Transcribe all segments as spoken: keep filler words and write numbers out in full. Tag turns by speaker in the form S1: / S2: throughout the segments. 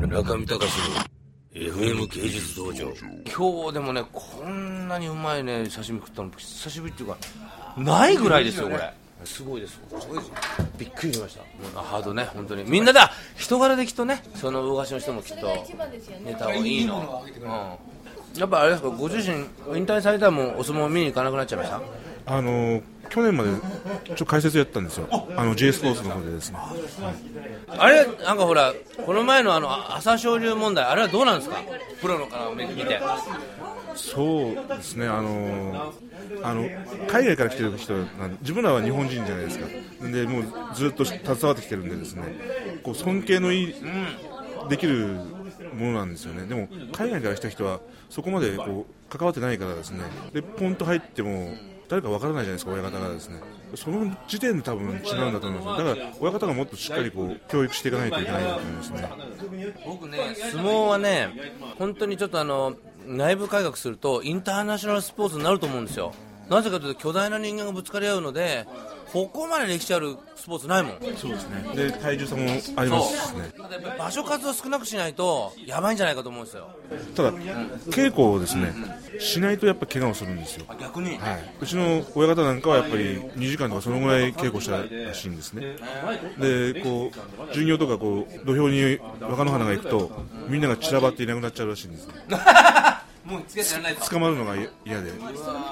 S1: 中見隆の エフエム 芸術道場。今日でもね、こんなにうまいね刺身食ったの久しぶりっていうかないぐらいですよ。これすごいです。すごいです。びっくりしました。あ、ハードね、本当にみんなだ人柄できっとね、その魚河岸の人もきっとネタをいいの、うん、やっぱあれですか、ご自身引退されたらもうお相撲見に行かなくなっちゃいました？
S2: あの去年までちょっと解説やったんですよ、あの J スポーツの方でですね。
S1: あれなんかほら、この前のあの朝青龍問題、あれはどうなんですか、プロのから見て。
S2: そうですね、あのあの海外から来てる人なんで、自分らは日本人じゃないですか。でもうずっと携わってきてるんでですね、こう尊敬のいい、うん、できるものなんですよね。でも海外から来た人はそこまでこう関わってないからですね、でポンと入っても誰かわからないじゃないですか、親方がですね。その時点で多分違うんだと思います。だから親方がもっとしっかりこう教育していかないといけないと思いますね。
S1: 僕ね、相撲はね、本当にちょっとあの内部改革するとインターナショナルスポーツになると思うんですよ。なぜかというと巨大な人間がぶつかり合うので、ここまで歴史あるスポーツないもん。
S2: そうですね。で体重差もありますしね。
S1: ただやっぱり場所数を少なくしないとやばいんじゃないかと思うんですよ。
S2: ただ稽古をですね、しないとやっぱ怪我をするんですよ。
S1: 逆に、
S2: はい、うちの親方なんかはやっぱりにじかんとかそのぐらい稽古したらしいんですね。でこう巡業とかこう土俵に若乃花が行くとみんなが散らばっていなくなっちゃうらしいんですよ。
S1: もうつけてやらないと
S2: 捕まるのが嫌で、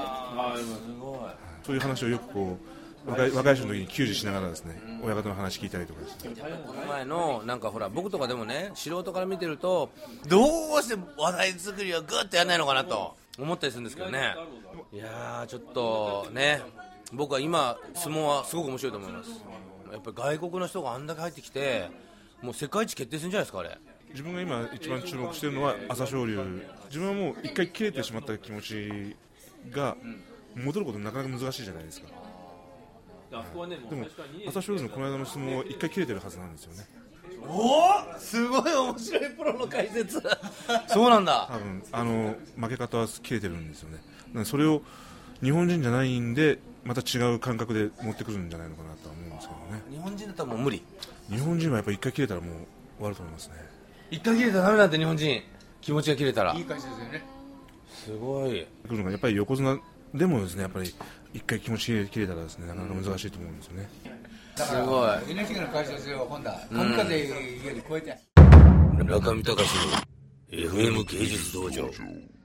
S2: そういう話をよくこう若い若い人の時に給仕しながらですね、親方の話聞いたりとかですね。
S1: この前のなんかほら、僕とかでもね、素人から見てるとどうして話題作りをグッとやらないのかなと思ったりするんですけどね。いやーちょっとね、僕は今相撲はすごく面白いと思います。やっぱり外国の人があんだけ入ってきて、もう世界一決定戦じゃないですか、あれ。
S2: 自分が今一番注目しているのは朝青龍。自分はもう一回切れてしまった気持ちが戻ることなかなか難しいじゃないですか。でも朝青龍のこの間の相撲は一回切れてるはずなんですよね。
S1: おお、すごい面白いプロの解説そうなんだ。
S2: 多分あの負け方は切れてるんですよね。それを日本人じゃないんでまた違う感覚で持ってくるんじゃないのかなとは思うんですけどね。
S1: 日本人だったらもう無理。日
S2: 本人はやっぱり一回切れたらもう終わると思いますね。
S1: 一回切れたらダメなんて、日本人気持ちが切れたら。
S3: いい解説ですよね。
S1: すごい。
S2: やっぱり横綱でもですね、やっぱり一回気持ち切れたらですね、なかなか難しいと思うんですよね。
S1: すごい。
S3: エヌエイチケー の解説を今度は神風より超えて。
S1: 中見隆の エフエム 芸術道場。